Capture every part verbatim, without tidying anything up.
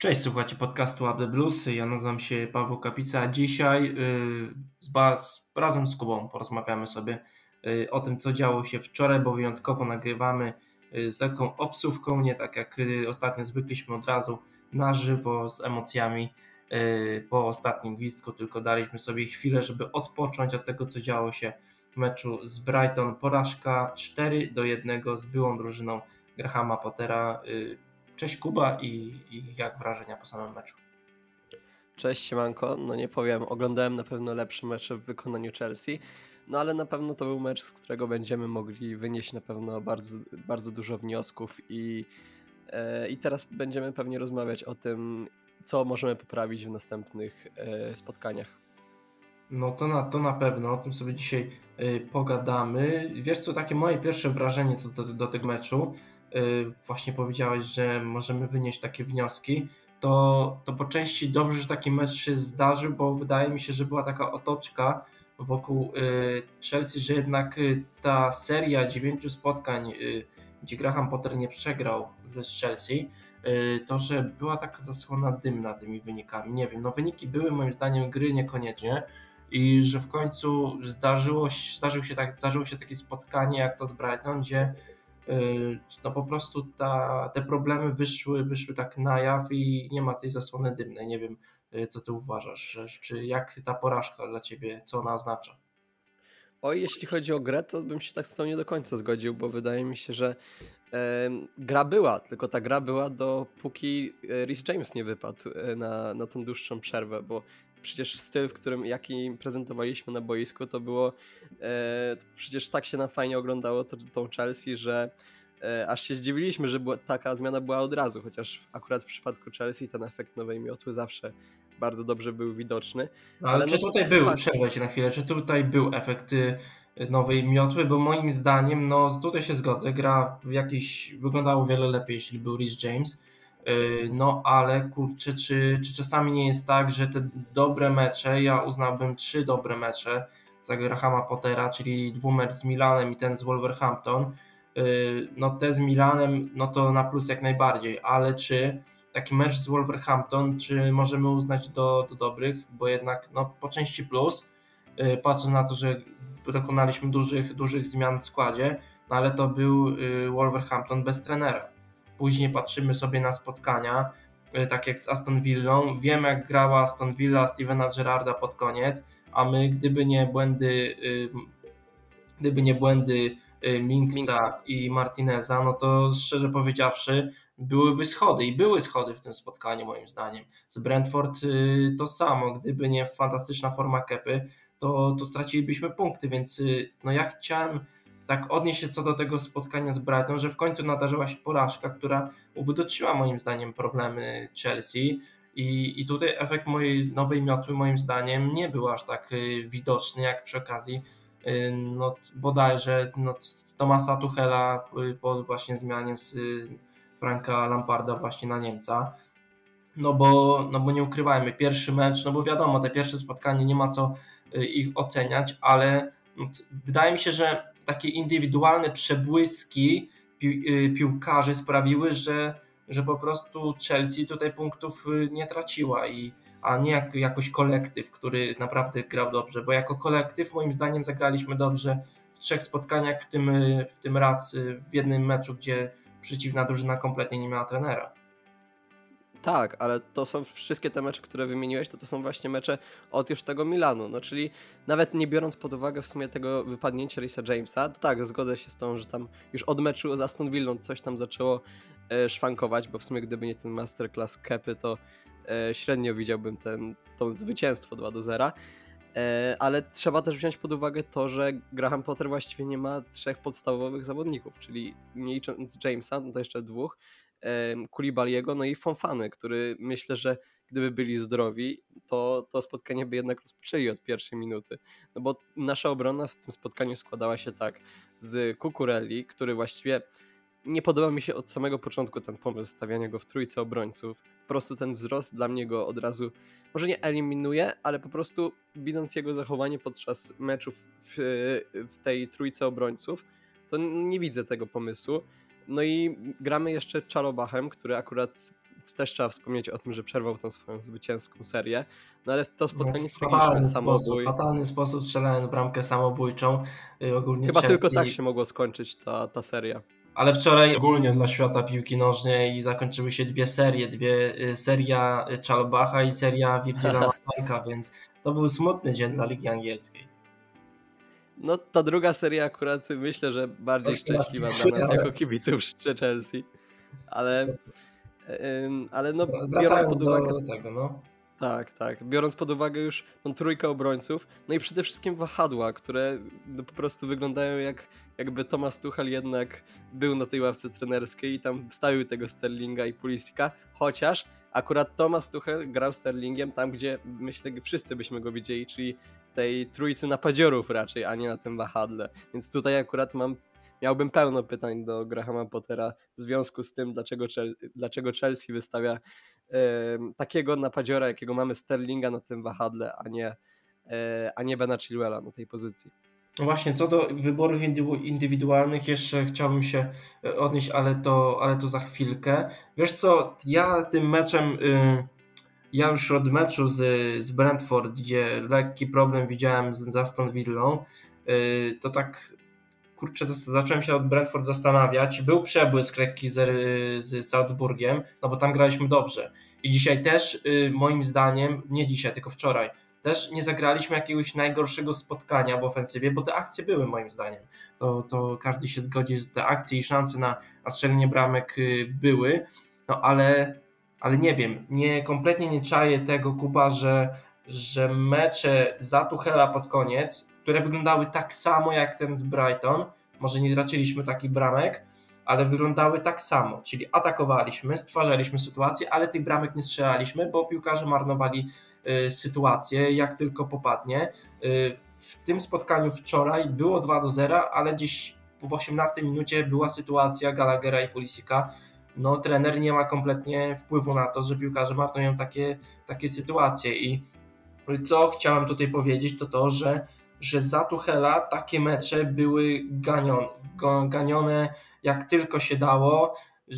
Cześć, słuchajcie podcastu Up The Blues. Ja nazywam się Paweł Kapica, a dzisiaj yy, z, z, razem z Kubą porozmawiamy sobie yy, o tym, co działo się wczoraj, bo wyjątkowo nagrywamy yy, z lekką obsówką, nie tak jak yy, ostatnio zwykliśmy od razu na żywo z emocjami yy, po ostatnim gwizdku, tylko daliśmy sobie chwilę, żeby odpocząć od tego, co działo się w meczu z Brighton. Porażka cztery do jednego z byłą drużyną Grahama Pottera. Yy, Cześć Kuba i, i jak wrażenia po samym meczu? Cześć siemanko, no nie powiem, oglądałem na pewno lepsze mecze w wykonaniu Chelsea, no ale na pewno to był mecz, z którego będziemy mogli wynieść na pewno bardzo, bardzo dużo wniosków i, e, i teraz będziemy pewnie rozmawiać o tym, co możemy poprawić w następnych e, spotkaniach. No to na, to na pewno, o tym sobie dzisiaj y, pogadamy. Wiesz co, takie moje pierwsze wrażenie co do, do tego meczu, y, właśnie powiedziałeś, że możemy wynieść takie wnioski, to, to po części dobrze, że taki mecz się zdarzył, bo wydaje mi się, że była taka otoczka wokół y, Chelsea, że jednak y, ta seria dziewięciu spotkań, y, gdzie Graham Potter nie przegrał z Chelsea, y, to, że była taka zasłona dymna tymi wynikami. Nie wiem, no wyniki były moim zdaniem, gry niekoniecznie, i że w końcu zdarzyło się, zdarzył się tak, zdarzyło się takie spotkanie jak to z Brighton, gdzie yy, no po prostu ta, te problemy wyszły, wyszły tak na jaw i nie ma tej zasłony dymnej. Nie wiem, yy, co ty uważasz, że, czy jak ta porażka dla ciebie, co ona oznacza? Oj, jeśli chodzi o grę, to bym się tak z tą nie do końca zgodził, bo wydaje mi się, że e, gra była, tylko ta gra była dopóki Reece James nie wypadł e, na, na tą dłuższą przerwę, bo przecież styl, w którym jaki prezentowaliśmy na boisku, to było e, to przecież tak się nam fajnie oglądało to, tą Chelsea, że e, aż się zdziwiliśmy, że była, taka zmiana była od razu, chociaż akurat w przypadku Chelsea ten efekt nowej miotły zawsze bardzo dobrze był widoczny. No, ale Ale czy no, tutaj był, fakt, przerwę cię na chwilę, czy tutaj był efekt y, nowej miotły, bo moim zdaniem, no tutaj się zgodzę, gra jakiś wyglądało wiele lepiej, jeśli był Reece James, y, no ale kurczę, czy, czy czasami nie jest tak, że te dobre mecze, ja uznałbym trzy dobre mecze za Grahama Pottera, czyli dwumecz z Milanem i ten z Wolverhampton, y, no te z Milanem, no to na plus jak najbardziej, ale czy taki mecz z Wolverhampton, czy możemy uznać do, do dobrych, bo jednak no, po części plus, yy, patrząc na to, że dokonaliśmy dużych, dużych zmian w składzie, no ale to był yy, Wolverhampton bez trenera. Później patrzymy sobie na spotkania, yy, tak jak z Aston Villą, wiemy jak grała Aston Villa Stevena Gerrarda pod koniec, a my gdyby nie błędy yy, gdyby nie błędy Minksa i Martineza, no to szczerze powiedziawszy byłyby schody i były schody w tym spotkaniu moim zdaniem. Z Brentford to samo, gdyby nie fantastyczna forma Kepy, to, to stracilibyśmy punkty, więc no ja chciałem tak odnieść się co do tego spotkania z Brighton, że w końcu nadarzyła się porażka, która uwidoczniła moim zdaniem problemy Chelsea i, i tutaj efekt mojej nowej miotły moim zdaniem nie był aż tak widoczny jak przy okazji no bodajże no, Thomasa Tuchela po właśnie zmianie z Franka Lamparda właśnie na Niemca. No bo, no bo nie ukrywajmy, pierwszy mecz, no bo wiadomo, te pierwsze spotkanie nie ma co ich oceniać, ale no, wydaje mi się, że takie indywidualne przebłyski pi, piłkarzy sprawiły, że, że po prostu Chelsea tutaj punktów nie traciła i a nie jak, jakoś kolektyw, który naprawdę grał dobrze, bo jako kolektyw moim zdaniem zagraliśmy dobrze w trzech spotkaniach, w tym, w tym raz w jednym meczu, gdzie przeciwna drużyna kompletnie nie miała trenera. Tak, ale to są wszystkie te mecze, które wymieniłeś, to to są właśnie mecze od już tego Milanu, no czyli nawet nie biorąc pod uwagę w sumie tego wypadnięcia Reece'a Jamesa, to tak, zgodzę się z tą, że tam już od meczu z Aston Villą coś tam zaczęło e, szwankować, bo w sumie gdyby nie ten masterclass Kepy, to e, średnio widziałbym ten, to zwycięstwo dwa do zera, e, ale trzeba też wziąć pod uwagę to, że Graham Potter właściwie nie ma trzech podstawowych zawodników, czyli nie licząc Jamesa, no to jeszcze dwóch, Koulibaly'ego, no i Fofany, który myślę, że gdyby byli zdrowi, to to spotkanie by jednak rozpoczęli od pierwszej minuty. No bo nasza obrona w tym spotkaniu składała się tak, z Cucurelli, który właściwie nie podoba mi się od samego początku ten pomysł stawiania go w trójce obrońców. Po prostu ten wzrost dla mnie go od razu może nie eliminuje, ale po prostu widząc jego zachowanie podczas meczów w, w tej trójce obrońców, to nie widzę tego pomysłu. No i gramy jeszcze Czarobachem, który akurat też trzeba wspomnieć o tym, że przerwał tą swoją zwycięską serię, no ale to spotkanie No, tragiczne, fatalny samobój. sposób, fatalny sposób strzelając bramkę samobójczą. y, Ogólnie Chyba Chelsea, tylko tak się mogło skończyć ta, ta seria. ale wczoraj ogólnie dla świata piłki nożnej zakończyły się dwie serie, dwie y, seria y, Czalbacha i seria Virgila van Dijk'a, więc to był smutny dzień dla Ligi Angielskiej. No ta druga seria akurat myślę, że bardziej Troszkę szczęśliwa bardziej dla nas ale- jako kibiców Chelsea, ale, ym, ale no biorąc Wracając pod uwagę do tego, no. Tak, tak. Biorąc pod uwagę już tą trójkę obrońców, no i przede wszystkim wahadła, które no po prostu wyglądają jak jakby Thomas Tuchel jednak był na tej ławce trenerskiej i tam wstawił tego Sterlinga i Pulisic'a, chociaż akurat Thomas Tuchel grał Sterlingiem tam, gdzie myślę, że wszyscy byśmy go widzieli, czyli tej trójcy napadziorów raczej, a nie na tym wahadle. Więc tutaj akurat mam miałbym pełno pytań do Grahama Pottera w związku z tym, dlaczego, Chel- dlaczego Chelsea wystawia em, takiego napadziora, jakiego mamy Sterlinga na tym wahadle, a nie, e, a nie Bena Chilwella na tej pozycji. No właśnie, co do wyborów indywu- indywidualnych jeszcze chciałbym się e, odnieść, ale to, ale to za chwilkę. Wiesz co, ja tym meczem, y, ja już od meczu z, z Brentford, gdzie lekki problem widziałem z Aston Villą, y, to tak kurczę, zas- zacząłem się od Brentford zastanawiać. Był przebłysk lekki z, z Salzburgiem, no bo tam graliśmy dobrze. I dzisiaj też, y, moim zdaniem, nie dzisiaj, tylko wczoraj, też nie zagraliśmy jakiegoś najgorszego spotkania w ofensywie, bo te akcje były moim zdaniem. To, to każdy się zgodzi, że te akcje i szanse na, na strzelenie bramek y, były, no ale, ale nie wiem, nie, kompletnie nie czaję tego, Kuba, że, że mecze za Tuchela pod koniec, które wyglądały tak samo jak ten z Brighton, może nie traciliśmy takich bramek, ale wyglądały tak samo, czyli atakowaliśmy, stwarzaliśmy sytuację, ale tych bramek nie strzelaliśmy, bo piłkarze marnowali y, sytuację jak tylko popadnie. Y, w tym spotkaniu wczoraj było dwa do zera, ale gdzieś w osiemnastej minucie była sytuacja Gallaghera i Pulisic'a. No trener nie ma kompletnie wpływu na to, że piłkarze marnują takie, takie sytuacje i co chciałem tutaj powiedzieć, to to, że, że za Tuchela takie mecze były ganione, ganione jak tylko się dało,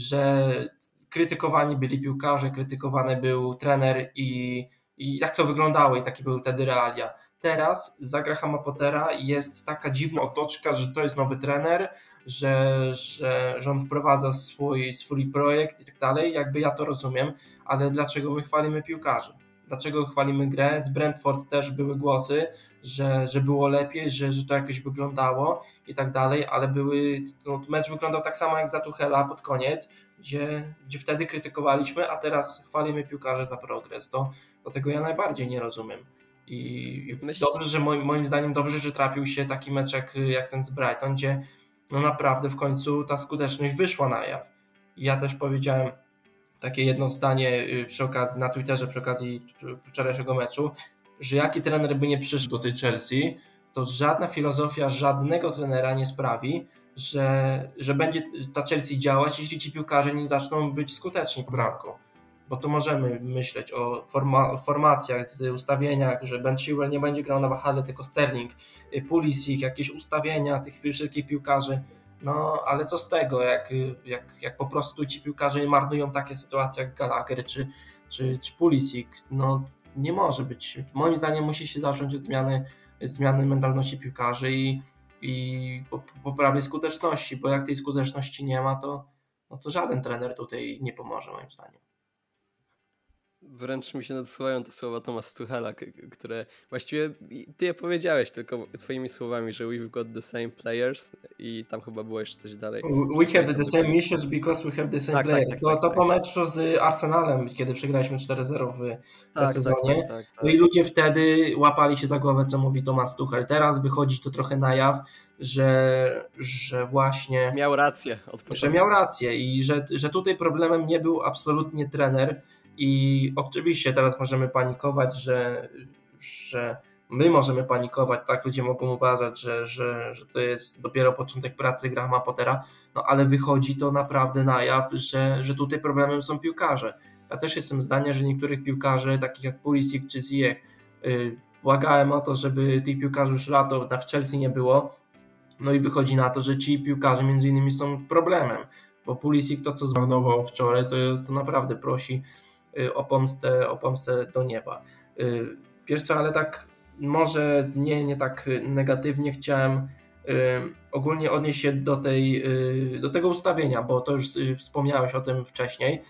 że krytykowani byli piłkarze, krytykowany był trener i, i jak to wyglądało i takie były wtedy realia. Teraz za Grahama Pottera jest taka dziwna otoczka, że to jest nowy trener, że, że, że on wprowadza swój, swój projekt i tak dalej, jakby ja to rozumiem, ale dlaczego my chwalimy piłkarzy? Dlaczego chwalimy grę? Z Brentford też były głosy, że, że było lepiej, że, że to jakoś wyglądało i tak dalej, ale były, no, mecz wyglądał tak samo jak za Tuchela pod koniec, gdzie, gdzie wtedy krytykowaliśmy, a teraz chwalimy piłkarzy za progres. To, to tego ja najbardziej nie rozumiem. I, i Myśl- dobrze, że moim, moim zdaniem dobrze, że trafił się taki mecz jak, jak ten z Brighton, gdzie no naprawdę w końcu ta skuteczność wyszła na jaw. I ja też powiedziałem takie jedno zdanie przy okazji, na Twitterze przy okazji wczorajszego meczu, że jaki trener by nie przyszedł do tej Chelsea, to żadna filozofia żadnego trenera nie sprawi, że, że będzie ta Chelsea działać, jeśli ci piłkarze nie zaczną być skuteczni po bramku. Bo tu możemy myśleć o, forma, o formacjach, z ustawieniach, że Ben Chilwell nie będzie grał na wahadle, tylko Sterling, Pulisic, jakieś ustawienia tych wszystkich piłkarzy. No, ale co z tego, jak, jak, jak po prostu ci piłkarze marnują takie sytuacje jak Gallagher czy, czy, czy Pulisic, no nie może być. Moim zdaniem musi się zacząć od zmiany, zmiany mentalności piłkarzy i, i poprawy skuteczności, bo jak tej skuteczności nie ma, to, no to żaden trener tutaj nie pomoże moim zdaniem. Wręcz mi się nadsuwają te słowa Thomas Tuchela, k- które właściwie ty je powiedziałeś tylko swoimi słowami, że we've got the same players i tam chyba było jeszcze coś dalej. We have the same issues because we have the same Tak, tak, players. tak, to, tak, to tak. po meczu z Arsenalem, kiedy przegraliśmy cztery zero w Tak, sezonie. tak, tak, tak, No i ludzie wtedy łapali się za głowę, co mówi Thomas Tuchel. Teraz wychodzi to trochę na jaw, że, że właśnie... Miał rację od początku. Że miał rację i że, że tutaj problemem nie był absolutnie trener i oczywiście teraz możemy panikować, że, że my możemy panikować, tak ludzie mogą uważać, że, że, że to jest dopiero początek pracy Grahama Pottera, no ale wychodzi to naprawdę na jaw, że, że tutaj problemem są piłkarze. Ja też jestem zdania, że niektórych piłkarzy, takich jak Pulisic czy Ziyech, yy, błagałem o to, żeby tych piłkarzy już lato w Chelsea nie było, no i wychodzi na to, że ci piłkarze między innymi są problemem, bo Pulisic to, co zmarnował wczoraj, to, to naprawdę prosi o pomstę, o pomstę do nieba. Wiesz co, ale tak może nie, nie tak negatywnie chciałem ogólnie odnieść się do, tej, do tego ustawienia, bo to już wspomniałeś o tym wcześniej.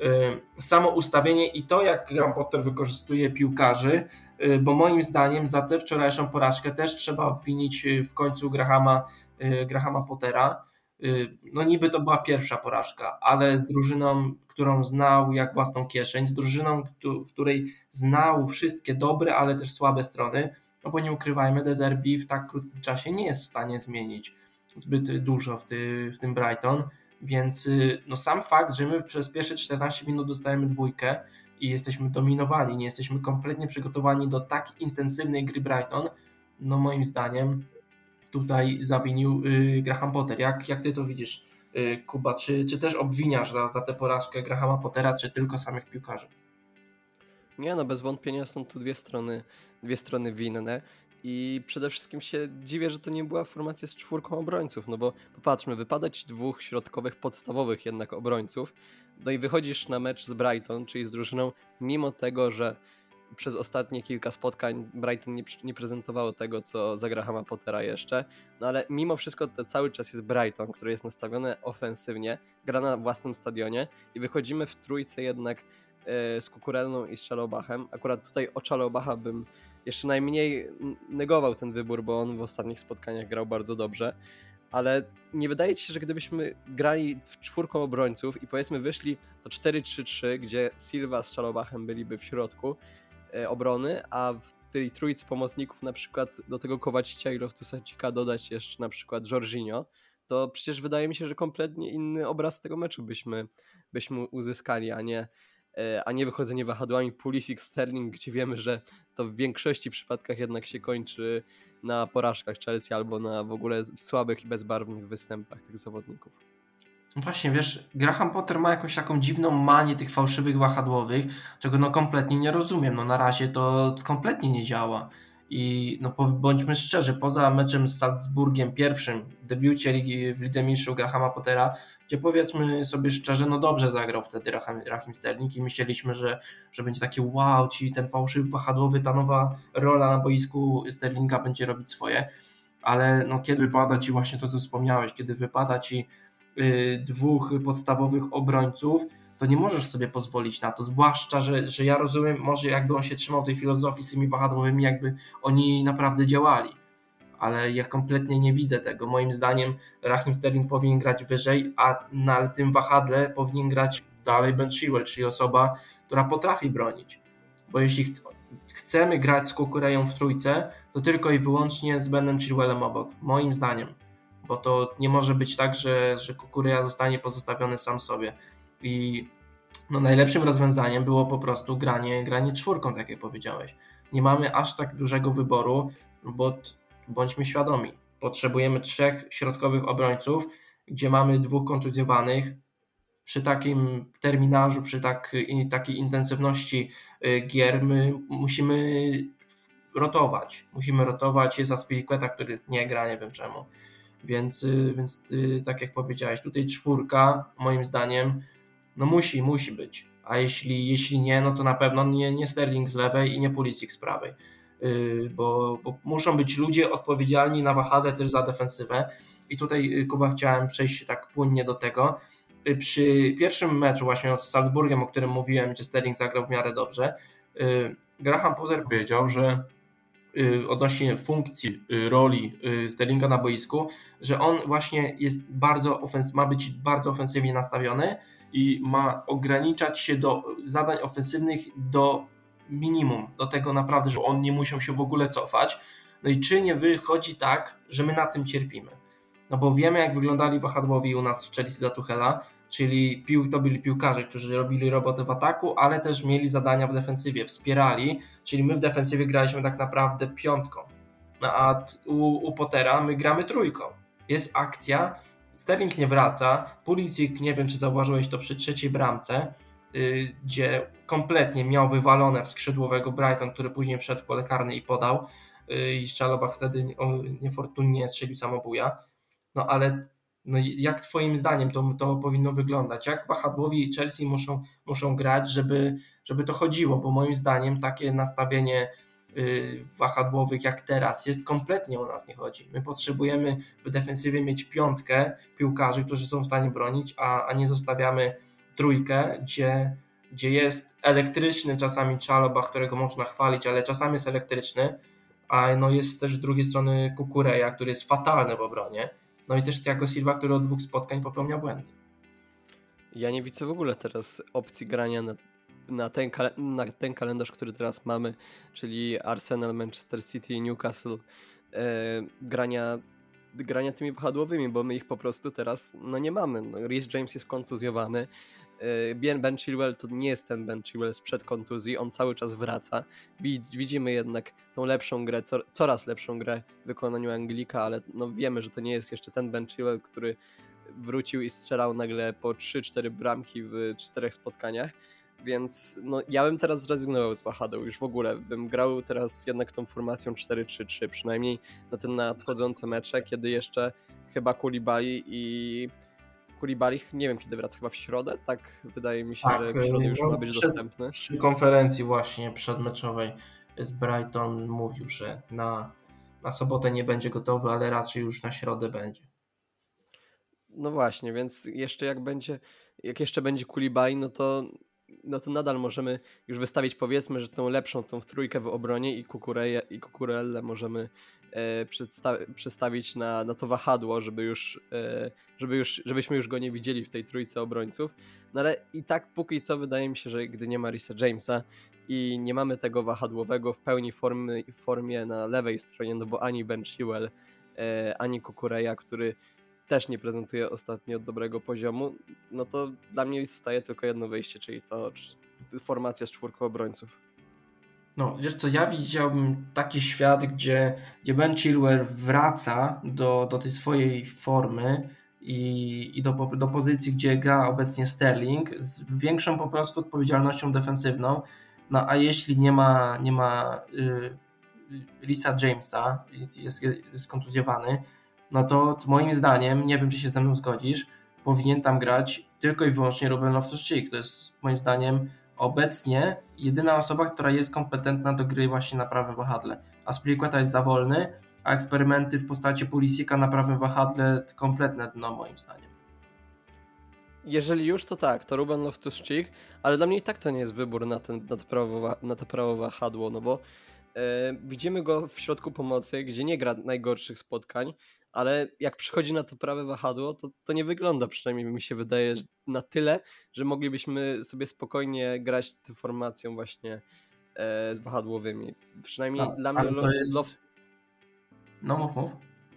Samo ustawienie i to, jak Graham Potter wykorzystuje piłkarzy, bo moim zdaniem za tę wczorajszą porażkę też trzeba obwinić w końcu Grahama, Grahama Pottera. No niby to była pierwsza porażka, ale z drużyną, którą znał jak własną kieszeń, z drużyną, w której znał wszystkie dobre, ale też słabe strony, no bo nie ukrywajmy, De Zerbi w tak krótkim czasie nie jest w stanie zmienić zbyt dużo w, ty, w tym Brighton, więc no sam fakt, że my przez pierwsze czternaście minut dostajemy dwójkę i jesteśmy dominowani, nie jesteśmy kompletnie przygotowani do tak intensywnej gry Brighton, no moim zdaniem tutaj zawinił y, Graham Potter. Jak, jak ty to widzisz, y, Kuba? Czy, czy też obwiniasz za, za tę porażkę Grahama Pottera, czy tylko samych piłkarzy? Nie, no bez wątpienia są tu dwie strony, dwie strony winne i przede wszystkim się dziwię, że to nie była formacja z czwórką obrońców, no bo popatrzmy, wypada ci dwóch środkowych, podstawowych jednak obrońców, no i wychodzisz na mecz z Brighton, czyli z drużyną, mimo tego, że przez ostatnie kilka spotkań Brighton nie, nie prezentowało tego, co za Grahama Pottera jeszcze, no ale mimo wszystko to cały czas jest Brighton, który jest nastawiony ofensywnie, gra na własnym stadionie i wychodzimy w trójce jednak yy, z Kukurellą i z Chalobachem. Akurat tutaj o Chalobacha bym jeszcze najmniej negował ten wybór, bo on w ostatnich spotkaniach grał bardzo dobrze, ale nie wydaje ci się, że gdybyśmy grali w czwórką obrońców i powiedzmy wyszli to cztery trzy trzy, gdzie Silva z Chalobachem byliby w środku obrony, a w tej trójce pomocników na przykład do tego Kowacicia i Loftusa-Cheeka dodać jeszcze na przykład Jorginho, to przecież wydaje mi się, że kompletnie inny obraz tego meczu byśmy, byśmy uzyskali, a nie, a nie wychodzenie wahadłami Pulisic, Sterling, gdzie wiemy, że to w większości przypadkach jednak się kończy na porażkach Chelsea albo na w ogóle słabych i bezbarwnych występach tych zawodników. Właśnie, wiesz, Graham Potter ma jakąś taką dziwną manię tych fałszywych wahadłowych, czego no kompletnie nie rozumiem. No na razie to kompletnie nie działa. I no bądźmy szczerzy, poza meczem z Salzburgiem, pierwszym debiucie Ligi w Lidze Mistrzów Grahama Pottera, gdzie powiedzmy sobie szczerze, no dobrze zagrał wtedy Raheem Sterling i myśleliśmy, że, że będzie takie wow, ci ten fałszywy wahadłowy, ta nowa rola na boisku Sterlinga będzie robić swoje. Ale no kiedy wypada ci właśnie to, co wspomniałeś, kiedy wypada ci dwóch podstawowych obrońców, to nie możesz sobie pozwolić na to, zwłaszcza, że, że ja rozumiem, może jakby on się trzymał tej filozofii z tymi wahadłowymi, jakby oni naprawdę działali, ale ja kompletnie nie widzę tego. Moim zdaniem Raheem Sterling powinien grać wyżej, a na tym wahadle powinien grać dalej Ben Chilwell, czyli osoba, która potrafi bronić, bo jeśli ch- chcemy grać z Kukureją w trójce, to tylko i wyłącznie z Benem Chilwellem obok, moim zdaniem. Bo to nie może być tak, że, że Kukureja zostanie pozostawiony sam sobie. I no najlepszym rozwiązaniem było po prostu granie, granie czwórką, tak jak powiedziałeś. Nie mamy aż tak dużego wyboru, bo bądźmy świadomi, potrzebujemy trzech środkowych obrońców, gdzie mamy dwóch kontuzjowanych. Przy takim terminarzu, przy tak, takiej intensywności gier my musimy rotować. Musimy rotować. Jest Azpilicueta, który nie gra, nie wiem czemu. Więc, więc tak jak powiedziałeś, tutaj czwórka moim zdaniem no musi, musi być, a jeśli, jeśli nie, no to na pewno nie, nie Sterling z lewej i nie Pulisic z prawej, yy, bo, bo muszą być ludzie odpowiedzialni na wahadle też za defensywę i tutaj Kuba chciałem przejść tak płynnie do tego. Yy, przy pierwszym meczu właśnie z Salzburgiem, o którym mówiłem, gdzie Sterling zagrał w miarę dobrze, yy, Graham Potter powiedział, że odnośnie funkcji, roli Sterlinga na boisku, że on właśnie jest bardzo ofens- ma być bardzo ofensywnie nastawiony i ma ograniczać się do zadań ofensywnych do minimum, do tego naprawdę, że on nie musiał się w ogóle cofać. No i czy nie wychodzi tak, że my na tym cierpimy? No bo wiemy, jak wyglądali wahadłowi u nas w Chelsea za Tuchela, czyli pił, to byli piłkarze, którzy robili robotę w ataku, ale też mieli zadania w defensywie, wspierali, czyli my w defensywie graliśmy tak naprawdę piątką, a u, u Pottera my gramy trójką. Jest akcja, Sterling nie wraca, Pulisic, nie wiem czy zauważyłeś to przy trzeciej bramce, yy, gdzie kompletnie miał wywalone w skrzydłowego Brighton, który później wszedł w pole karne i podał yy, i Chalobah wtedy niefortunnie strzelił samobuja, no ale No i jak twoim zdaniem to, to powinno wyglądać? Jak wahadłowi Chelsea muszą, muszą grać, żeby, żeby to chodziło? Bo moim zdaniem takie nastawienie yy, wahadłowych jak teraz jest kompletnie o nas nie chodzi. My potrzebujemy w defensywie mieć piątkę piłkarzy, którzy są w stanie bronić, a, a nie zostawiamy trójkę, gdzie, gdzie jest elektryczny czasami Chalobah, którego można chwalić, ale czasami jest elektryczny, a no jest też z drugiej strony Kukureya, który jest fatalny w obronie. No i też Thiago Silva, który od dwóch spotkań popełnia błędy. Ja nie widzę w ogóle teraz opcji grania na, na, ten, kal- na ten kalendarz, który teraz mamy, czyli Arsenal, Manchester City i Newcastle, e, grania, grania tymi wahadłowymi, bo my ich po prostu teraz no, nie mamy. No, Reece James jest kontuzjowany, e, Ben Chilwell to nie jest ten Ben Chilwell sprzed kontuzji, on cały czas wraca. Widzimy jednak tą lepszą grę, co, coraz lepszą grę w wykonaniu Anglika, ale no, wiemy, że to nie jest jeszcze ten Ben Chilwell, który wrócił i strzelał nagle po trzy cztery bramki w czterech spotkaniach, więc no, ja bym teraz zrezygnował z wahadeł, już w ogóle bym grał teraz jednak tą formacją cztery trzy trzy, przynajmniej na te nadchodzące mecze, kiedy jeszcze chyba Koulibaly i Koulibaly, nie wiem kiedy wraca, chyba w środę, tak wydaje mi się, Tak, że w środę już no, ma być przy, dostępny. Przy konferencji właśnie przedmeczowej z Brighton mówił, że na, na sobotę nie będzie gotowy, ale raczej już na środę będzie. No właśnie, więc jeszcze jak będzie, jak jeszcze będzie Koulibaly, no to, no to nadal możemy już wystawić, powiedzmy, że tą lepszą, tą w trójkę w obronie i Kukureję i Kukurellę możemy e, przedsta- przestawić na, na to wahadło, żeby już, e, żeby już, żebyśmy już go nie widzieli w tej trójce obrońców. No ale i tak póki co wydaje mi się, że gdy nie ma Reece'a Jamesa i nie mamy tego wahadłowego w pełni formy, formie na lewej stronie, no bo ani Ben Chilwell, e, ani Kukureya, który też nie prezentuje ostatnio dobrego poziomu, no to dla mnie zostaje tylko jedno wyjście, czyli to formacja z czwórką obrońców. No wiesz co, ja widziałbym taki świat, gdzie, gdzie Ben Chilwell wraca do, do tej swojej formy i, i do, do pozycji, gdzie gra obecnie Sterling z większą po prostu odpowiedzialnością defensywną, no a jeśli nie ma, nie ma y, Reece'a Jamesa, jest, jest kontuzjowany, no to moim zdaniem, nie wiem czy się ze mną zgodzisz, powinien tam grać tylko i wyłącznie Ruben Loftus-Cheek. To jest moim zdaniem obecnie jedyna osoba, która jest kompetentna do gry właśnie na prawym wahadle. Aspilicueta jest za wolny, a eksperymenty w postaci Pulisic'a na prawym wahadle kompletne dno moim zdaniem. Jeżeli już, to tak, to Ruben Loftus-Cheek, ale dla mnie i tak to nie jest wybór na, ten, na, to, prawo, na to prawo wahadło, no bo e, widzimy go w środku pomocy, gdzie nie gra najgorszych spotkań, ale jak przychodzi na to prawe wahadło, to, to nie wygląda, przynajmniej mi się wydaje, na tyle, że moglibyśmy sobie spokojnie grać tę formacją właśnie e, z wahadłowymi. Przynajmniej A, dla mnie ale to Lo- jest... Lof- No mów, mów.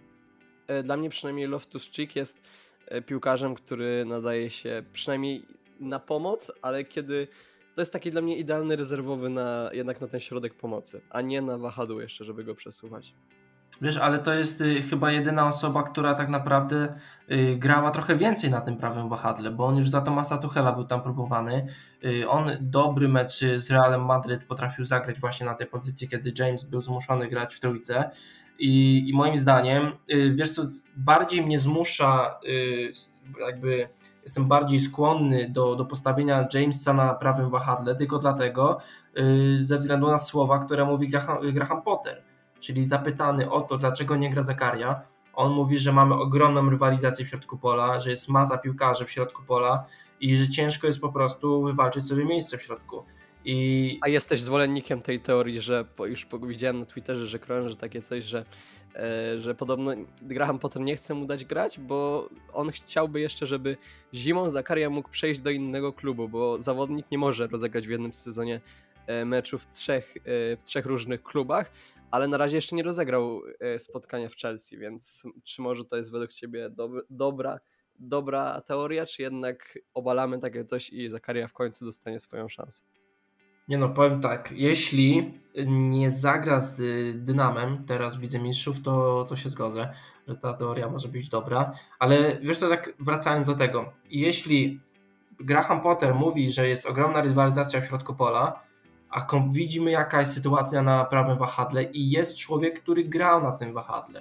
e, dla mnie przynajmniej Loftus-Cheek jest e, piłkarzem, który nadaje się przynajmniej na pomoc, ale kiedy to jest taki dla mnie idealny rezerwowy na, jednak na ten środek pomocy, a nie na wahadło jeszcze, żeby go przesuwać. Wiesz, ale to jest y, chyba jedyna osoba, która tak naprawdę y, grała trochę więcej na tym prawym wahadle, bo on już za Thomasa Tuchela był tam próbowany. Y, on dobry mecz z Realem Madryt potrafił zagrać właśnie na tej pozycji, kiedy James był zmuszony grać w trójce. I, i moim zdaniem, y, wiesz co, bardziej mnie zmusza, y, jakby jestem bardziej skłonny do, do postawienia Jamesa na prawym wahadle, tylko dlatego, y, ze względu na słowa, które mówi Graham, Graham Potter. Czyli zapytany o to, dlaczego nie gra Zakaria, on mówi, że mamy ogromną rywalizację w środku pola, że jest masa piłkarzy w środku pola i że ciężko jest po prostu wywalczyć sobie miejsce w środku. I... A jesteś zwolennikiem tej teorii, że po, już po, widziałem na Twitterze, że krąży takie coś, że, e, że podobno Graham Potter nie chce mu dać grać, bo on chciałby jeszcze, żeby zimą Zakaria mógł przejść do innego klubu, bo zawodnik nie może rozegrać w jednym sezonie e, meczu w trzech, e, w trzech różnych klubach, ale na razie jeszcze nie rozegrał e, spotkania w Chelsea, więc czy może to jest według Ciebie dob- dobra, dobra teoria, czy jednak obalamy takie coś i Zakaria w końcu dostanie swoją szansę? Nie no, powiem tak, jeśli nie zagra z Dynamem teraz w Lidze Mistrzów, to, to się zgodzę, że ta teoria może być dobra, ale wiesz co, tak wracając do tego, jeśli Graham Potter mówi, że jest ogromna rywalizacja w środku pola, a widzimy jaka jest sytuacja na prawym wahadle i jest człowiek, który grał na tym wahadle,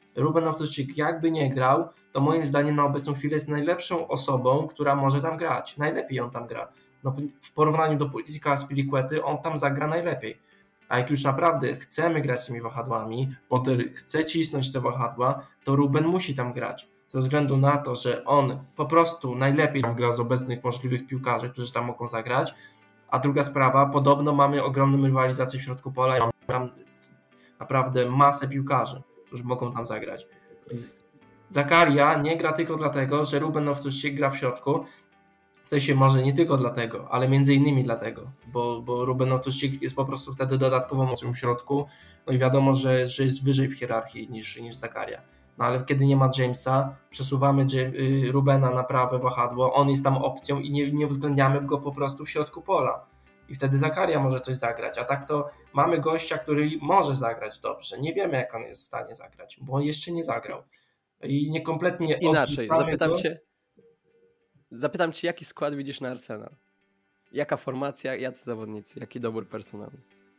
Ruben Loftus-Cheek jakby nie grał, to moim zdaniem na obecną chwilę jest najlepszą osobą, która może tam grać. Najlepiej on tam gra. No, w porównaniu do Pulisica z Piliquety, on tam zagra najlepiej. A jak już naprawdę chcemy grać tymi wahadłami, Potter chce cisnąć te wahadła, to Ruben musi tam grać. Ze względu na to, że on po prostu najlepiej tam gra z obecnych możliwych piłkarzy, którzy tam mogą zagrać. A druga sprawa, podobno mamy ogromną rywalizację w środku pola i mamy tam naprawdę masę piłkarzy, którzy mogą tam zagrać. Zakaria nie gra tylko dlatego, że Ruben Loftus-Cheek gra w środku. W sensie może nie tylko dlatego, ale między innymi dlatego, bo, bo Ruben Loftus-Cheek jest po prostu wtedy dodatkową mocą w środku, no i wiadomo, że, że jest wyżej w hierarchii niż, niż Zakaria. No ale kiedy nie ma Jamesa, przesuwamy Rubena na prawe wahadło, on jest tam opcją i nie, nie uwzględniamy go po prostu w środku pola. I wtedy Zakaria może coś zagrać, a tak to mamy gościa, który może zagrać dobrze. Nie wiemy, jak on jest w stanie zagrać, bo on jeszcze nie zagrał. I niekompletnie Inaczej, zapytam go. cię, zapytam cię, jaki skład widzisz na Arsenal? Jaka formacja, jacy zawodnicy, jaki dobór personalny?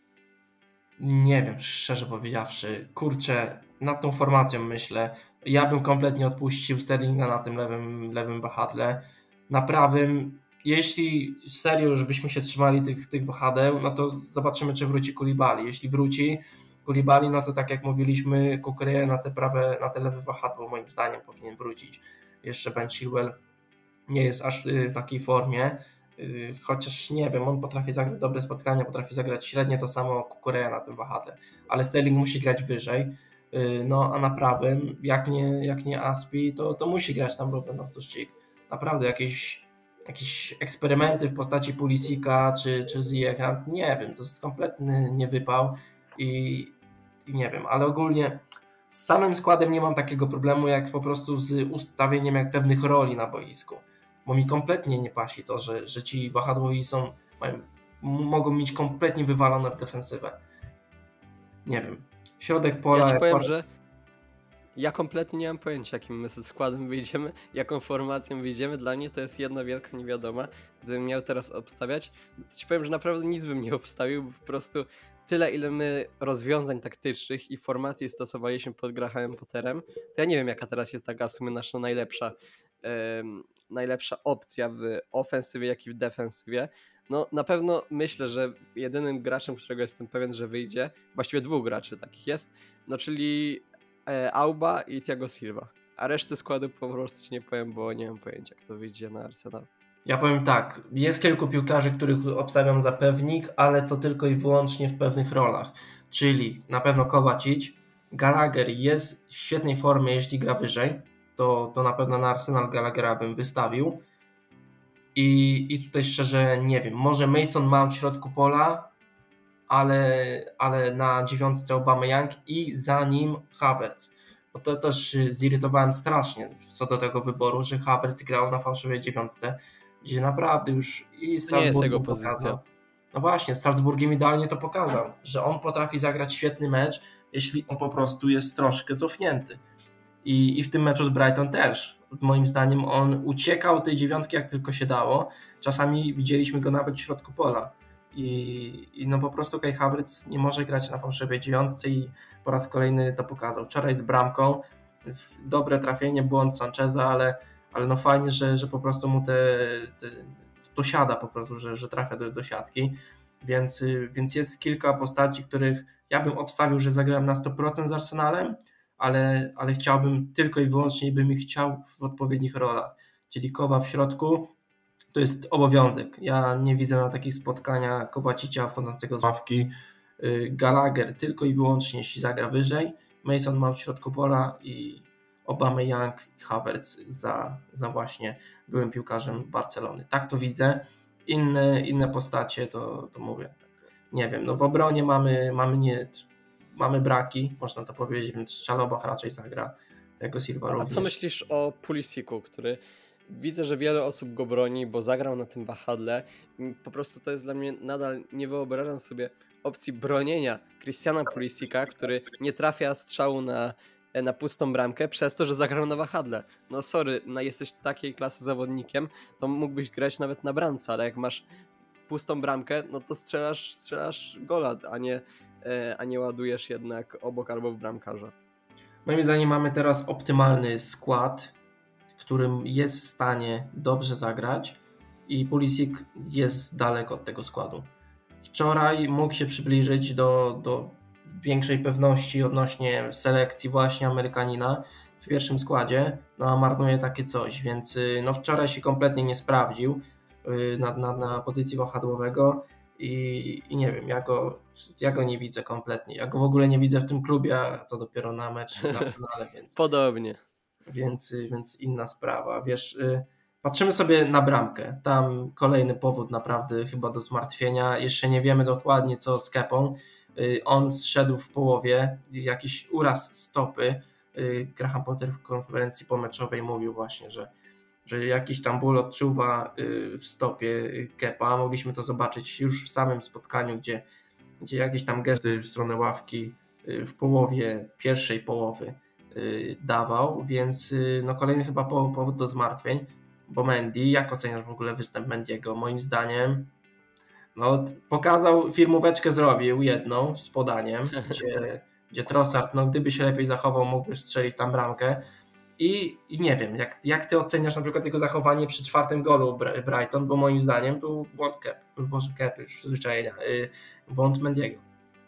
Nie wiem, szczerze powiedziawszy. Kurczę, nad tą formacją myślę. Ja bym kompletnie odpuścił Sterlinga na tym lewym, lewym wahadle. Na prawym, jeśli serio już byśmy się trzymali tych, tych wahadeł, no to zobaczymy, czy wróci Koulibaly. Jeśli wróci Koulibaly, no to tak jak mówiliśmy, Cucurella na te prawe, na te lewe wahadło moim zdaniem powinien wrócić. Jeszcze Ben Chilwell nie jest aż w takiej formie. Chociaż nie wiem, on potrafi zagrać dobre spotkania, potrafi zagrać średnie, to samo Cucurella na tym wahadle, ale Sterling musi grać wyżej, no a na prawym, jak nie, jak nie Aspi, to, to musi grać tam Ruben Loftus-Cheek. Naprawdę jakieś, jakieś eksperymenty w postaci Pulisic'a czy, czy Ziyech, nie wiem, to jest kompletny niewypał i, i nie wiem, ale ogólnie z samym składem nie mam takiego problemu jak po prostu z ustawieniem jak pewnych roli na boisku. Bo mi kompletnie nie pasi to, że, że ci wahadłowi są, mają, mogą mieć kompletnie wywalone w defensywę. Nie wiem. Środek pola... Ja ci powiem, że ja kompletnie nie mam pojęcia, jakim my ze składem wyjdziemy, jaką formacją wyjdziemy. Dla mnie to jest jedna wielka niewiadoma. Gdybym miał teraz obstawiać, to ci powiem, że naprawdę nic bym nie obstawił, bo po prostu tyle, ile my rozwiązań taktycznych i formacji stosowaliśmy pod Grahamem Potterem, to ja nie wiem, jaka teraz jest taka w sumie nasza najlepsza um, najlepsza opcja w ofensywie, jak i w defensywie. No na pewno myślę, że jedynym graczem, którego jestem pewien, że wyjdzie, właściwie dwóch graczy takich jest, no czyli e, Auba i Thiago Silva. A reszty składu po prostu ci nie powiem, bo nie mam pojęcia, kto wyjdzie na Arsenal. Ja powiem tak, jest kilku piłkarzy, których obstawiam za pewnik, ale to tylko i wyłącznie w pewnych rolach. Czyli na pewno Kovacic, Gallagher jest w świetnej formie, jeśli gra wyżej, to, to na pewno na Arsenal Gallaghera bym wystawił. I, I tutaj szczerze nie wiem, może Mason Mount w środku pola, ale, ale na dziewiątce Aubameyang i za nim Havertz. Bo to też zirytowałem strasznie co do tego wyboru, że Havertz grał na fałszywej dziewiątce, gdzie naprawdę już i z Salzburgiem pokazał. No właśnie, z Salzburgiem idealnie to pokazał, że on potrafi zagrać świetny mecz, jeśli on po prostu jest troszkę cofnięty. I, I w tym meczu z Brighton też. Moim zdaniem on uciekał tej dziewiątki jak tylko się dało. Czasami widzieliśmy go nawet w środku pola. I, i no po prostu Kai Havertz nie może grać na fałszywej dziewiątce i po raz kolejny to pokazał. Wczoraj z bramką, dobre trafienie, błąd Sancheza, ale, ale no fajnie, że, że po prostu mu te, te, to siada po prostu, że, że trafia do, do siatki. Więc, więc jest kilka postaci, których ja bym obstawił, że zagrałem na sto procent z Arsenalem, ale, ale chciałbym tylko i wyłącznie bym ich chciał w odpowiednich rolach. Czyli Kowa w środku to jest obowiązek. Ja nie widzę na takich spotkaniach Kowacicia wchodzącego z ławki. Gallagher tylko i wyłącznie jeśli zagra wyżej. Mason Mount w środku pola i Aubameyang i Havertz za, za właśnie byłym piłkarzem Barcelony. Tak to widzę. Inne, inne postacie to, to mówię. Nie wiem, no w obronie mamy, mamy nie... Mamy braki, można to powiedzieć, więc Chalobah raczej zagra, tego Silva A również. co myślisz o Pulisicu, który widzę, że wiele osób go broni, bo zagrał na tym wahadle. Po prostu to jest dla mnie nadal, nie wyobrażam sobie opcji bronienia Christiana Pulisica, który nie trafia strzału na, na pustą bramkę przez to, że zagrał na wahadle. No sorry, no jesteś takiej klasy zawodnikiem, to mógłbyś grać nawet na bramce, ale jak masz pustą bramkę, no to strzelasz, strzelasz gola, a nie a nie ładujesz jednak obok albo w bramkarza. Moim zdaniem mamy teraz optymalny skład, którym jest w stanie dobrze zagrać i Pulisic jest daleko od tego składu. Wczoraj mógł się przybliżyć do, do większej pewności odnośnie selekcji właśnie Amerykanina w pierwszym składzie, no a marnuje takie coś, więc no wczoraj się kompletnie nie sprawdził na, na, na pozycji wahadłowego i, i nie wiem, ja go, ja go nie widzę kompletnie. Ja go w ogóle nie widzę w tym klubie, a co dopiero na mecz z Arsenalem, więc... Podobnie. Więc, więc inna sprawa. Wiesz, patrzymy sobie na bramkę. Tam kolejny powód naprawdę chyba do zmartwienia. Jeszcze nie wiemy dokładnie co z Kepą. On zszedł w połowie, jakiś uraz stopy. Graham Potter w konferencji pomeczowej mówił właśnie, że, że jakiś tam ból odczuwa w stopie Kepa. Mogliśmy to zobaczyć już w samym spotkaniu, gdzie, gdzie jakieś tam gesty w stronę ławki w połowie, pierwszej połowy dawał, więc no kolejny chyba powód do zmartwień, bo Mendy, jak oceniasz w ogóle występ Mendiego? Moim zdaniem no, pokazał, firmóweczkę zrobił jedną z podaniem, gdzie, gdzie Trossard, no gdyby się lepiej zachował, mógłby strzelić tam bramkę i, i nie wiem, jak, jak ty oceniasz na przykład jego zachowanie przy czwartym golu Brighton, bo moim zdaniem był błąd Kep, boże Kep, już przyzwyczajenia, błąd Mendiego.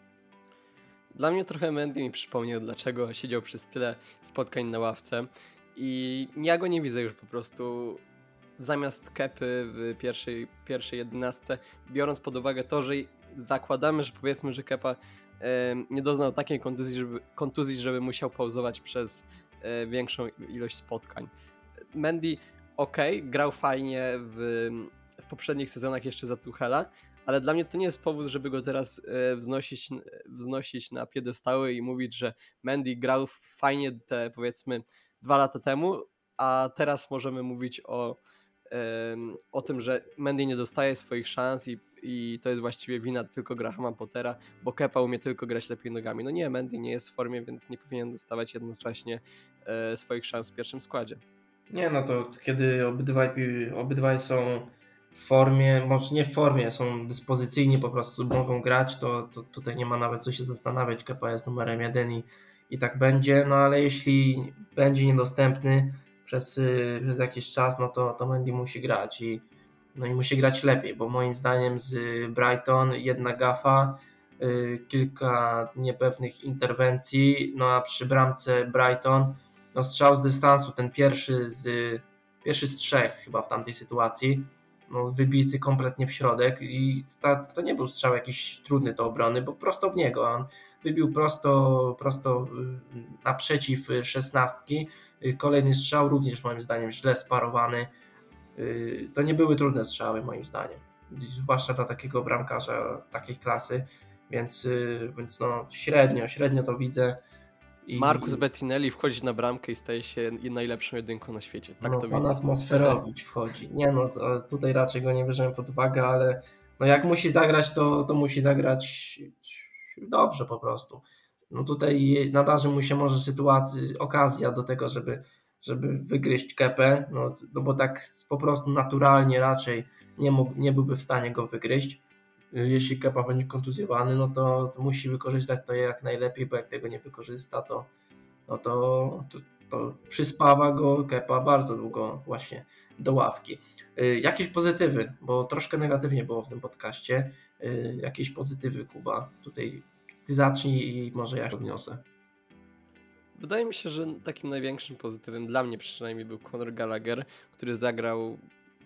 Dla mnie trochę Mendy mi przypomniał, dlaczego siedział przez tyle spotkań na ławce i ja go nie widzę już po prostu zamiast Kepy w pierwszej, pierwszej jedenastce, biorąc pod uwagę to, że zakładamy, że powiedzmy, że Kepa e, nie doznał takiej kontuzji żeby, kontuzji, żeby musiał pauzować przez e, większą ilość spotkań. Mendy okej, okay, grał fajnie w, w poprzednich sezonach jeszcze za Tuchela, ale dla mnie to nie jest powód, żeby go teraz e, wznosić, wznosić na piedestały i mówić, że Mendy grał fajnie te powiedzmy dwa lata temu, a teraz możemy mówić o, e, o tym, że Mendy nie dostaje swoich szans i, i to jest właściwie wina tylko Grahama Pottera, bo Kepa umie tylko grać lepiej nogami. No nie, Mendy nie jest w formie, więc nie powinien dostawać jednocześnie e, swoich szans w pierwszym składzie. Nie, no to kiedy obydwaj, obydwaj są w formie, może nie w formie, są dyspozycyjni, po prostu mogą grać, to, to tutaj nie ma nawet co się zastanawiać. Kepa jest numerem jeden i, i tak będzie, no ale jeśli będzie niedostępny przez, przez jakiś czas, no to, to Mendy musi grać i, no i musi grać lepiej, bo moim zdaniem z Brighton jedna gafa, yy, kilka niepewnych interwencji, no a przy bramce Brighton no strzał z dystansu, ten pierwszy z, pierwszy z trzech chyba w tamtej sytuacji, no wybity kompletnie w środek i to, to nie był strzał jakiś trudny do obrony, bo prosto w niego, on wybił prosto, prosto naprzeciw szesnastki, kolejny strzał również moim zdaniem źle sparowany, to nie były trudne strzały moim zdaniem, zwłaszcza dla takiego bramkarza takiej klasy, więc, więc no średnio, średnio to widzę. I... Marcus Bettinelli wchodzi na bramkę i staje się najlepszą jedynką na świecie. Tak no, to pan widzę. Atmosferowicz wchodzi. Nie no, tutaj raczej go nie bierzemy pod uwagę, ale no jak musi zagrać, to, to musi zagrać dobrze po prostu. No tutaj nadarzy mu się może sytuacja, okazja do tego, żeby, żeby wygryźć Kepę, no, no bo tak po prostu naturalnie raczej nie, mógł, nie byłby w stanie go wygryźć. Jeśli Kepa będzie kontuzjowany, no to, to musi wykorzystać to jak najlepiej, bo jak tego nie wykorzysta, to, no to, to, to przyspawa go Kepa bardzo długo właśnie do ławki. Jakieś pozytywy, bo troszkę negatywnie było w tym podcaście. Jakieś pozytywy, Kuba, tutaj ty zacznij i może ja się odniosę. Wydaje mi się, że takim największym pozytywem dla mnie przynajmniej był Conor Gallagher, który zagrał,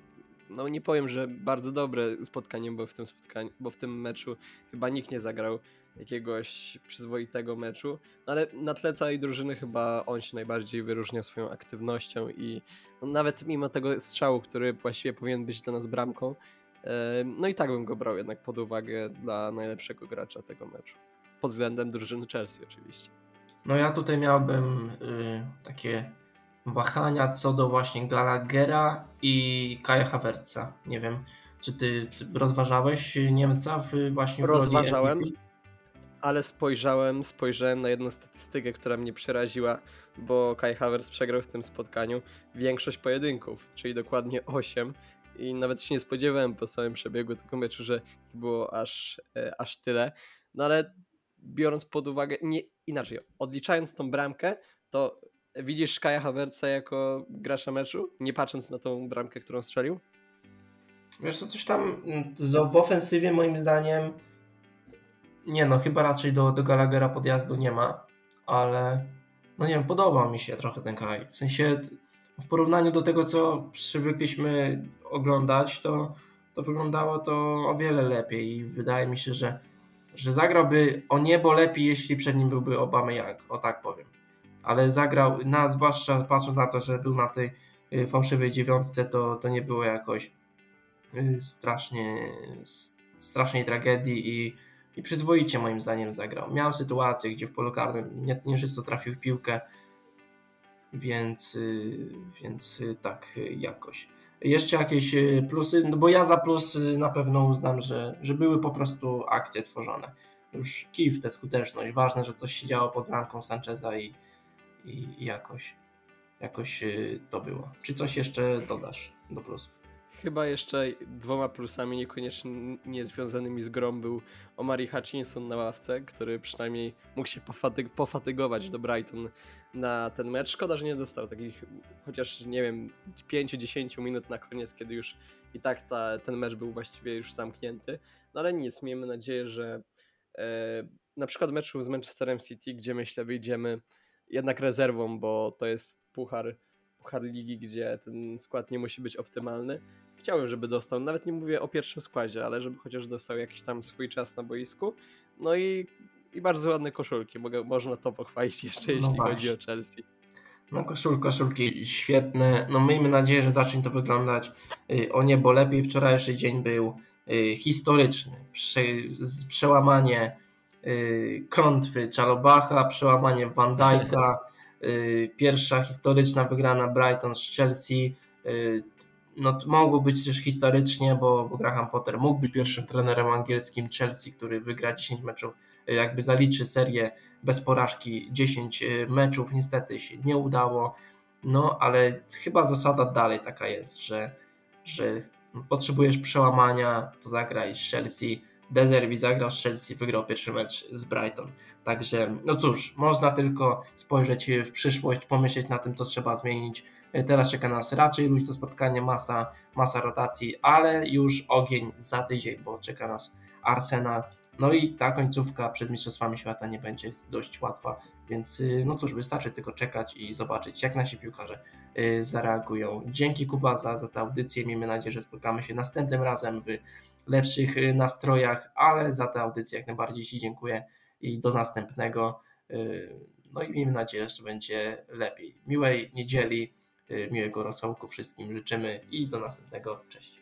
no nie powiem, że bardzo dobre spotkanie, bo w tym spotkaniu, bo w tym meczu chyba nikt nie zagrał jakiegoś przyzwoitego meczu, no ale na tle całej drużyny chyba on się najbardziej wyróżnia swoją aktywnością i no nawet mimo tego strzału, który właściwie powinien być dla nas bramką, no i tak bym go brał jednak pod uwagę dla najlepszego gracza tego meczu. Pod względem drużyny Chelsea oczywiście. No ja tutaj miałbym y, takie wahania co do właśnie Gallaghera i Kaja Havertza. Nie wiem, czy ty, ty rozważałeś Niemca w właśnie w Rozważałem, ale spojrzałem, spojrzałem na jedną statystykę, która mnie przeraziła, bo Kai Havertz przegrał w tym spotkaniu większość pojedynków, czyli dokładnie osiem i nawet się nie spodziewałem po samym przebiegu tego meczu, że ich było aż, e, aż tyle, no ale biorąc pod uwagę, nie, inaczej, odliczając tą bramkę, to widzisz Kaja Havertza jako gracza meczu, nie patrząc na tą bramkę, którą strzelił? Wiesz co, coś tam w ofensywie moim zdaniem nie no, chyba raczej do, do Gallaghera podjazdu nie ma, ale no nie wiem, podobał mi się trochę ten Kai. W sensie w porównaniu do tego, co przywykliśmy oglądać, to, to wyglądało to o wiele lepiej i wydaje mi się, że, że zagrałby o niebo lepiej, jeśli przed nim byłby Aubameyang, o tak powiem. Ale zagrał, na, zwłaszcza patrząc na to, że był na tej y, fałszywej dziewiątce, to, to nie było jakoś y, strasznie, strasznej tragedii i I przyzwoicie moim zdaniem zagrał. Miał sytuację, gdzie w polu karnym nie, nie czysto trafił w piłkę, więc, więc tak jakoś. Jeszcze jakieś plusy? No bo ja za plusy na pewno uznam, że, że były po prostu akcje tworzone. Już kij w tę skuteczność. Ważne, że coś się działo pod bramką Sancheza i, i, i jakoś, jakoś to było. Czy coś jeszcze dodasz do plusów? Chyba jeszcze dwoma plusami niekoniecznie nie związanymi z grą był Omari Hutchinson na ławce, który przynajmniej mógł się pofatyg- pofatygować do Brighton na ten mecz. Szkoda, że nie dostał takich chociaż, nie wiem, pięć do dziesięciu minut na koniec, kiedy już i tak ta, ten mecz był właściwie już zamknięty. No ale nic, miejmy nadzieję, że e, na przykład meczu z Manchesterem City, gdzie myślę wyjdziemy jednak rezerwą, bo to jest puchar, puchar ligi, gdzie ten skład nie musi być optymalny. Chciałem, żeby dostał, nawet nie mówię o pierwszym składzie, ale żeby chociaż dostał jakiś tam swój czas na boisku. No i, i bardzo ładne koszulki, Mogę, można to pochwalić jeszcze, jeśli No chodzi o Chelsea. No koszul, koszulki świetne, no miejmy nadzieję, że zacznie to wyglądać o niebo lepiej. Wczorajszy dzień był historyczny, Prze, przełamanie klątwy Czalobacha, przełamanie Van Dijk'a, pierwsza historyczna wygrana Brighton z Chelsea. No, mogło być też historycznie, bo, bo Graham Potter mógł być pierwszym trenerem angielskim Chelsea, który wygra dziesięć meczów, jakby zaliczy serię bez porażki dziesięć meczów. Niestety się nie udało, no ale chyba zasada dalej taka jest, że, że potrzebujesz przełamania, to zagraj z Chelsea. De Zerbi zagrał z Chelsea, wygrał pierwszy mecz z Brighton. Także no cóż, można tylko spojrzeć w przyszłość, pomyśleć na tym, co trzeba zmienić. Teraz czeka nas raczej ludzi do spotkania, masa, masa rotacji, ale już ogień za tydzień, bo czeka nas Arsenal. No i ta końcówka przed Mistrzostwami Świata nie będzie dość łatwa, więc no cóż, wystarczy tylko czekać i zobaczyć, jak nasi piłkarze zareagują. Dzięki Kuba za, za tę audycję, miejmy nadzieję, że spotkamy się następnym razem w lepszych nastrojach, ale za tę audycję jak najbardziej Ci dziękuję i do następnego. No i miejmy nadzieję, że będzie lepiej. Miłej niedzieli, miłego rosołku wszystkim życzymy i do następnego. Cześć.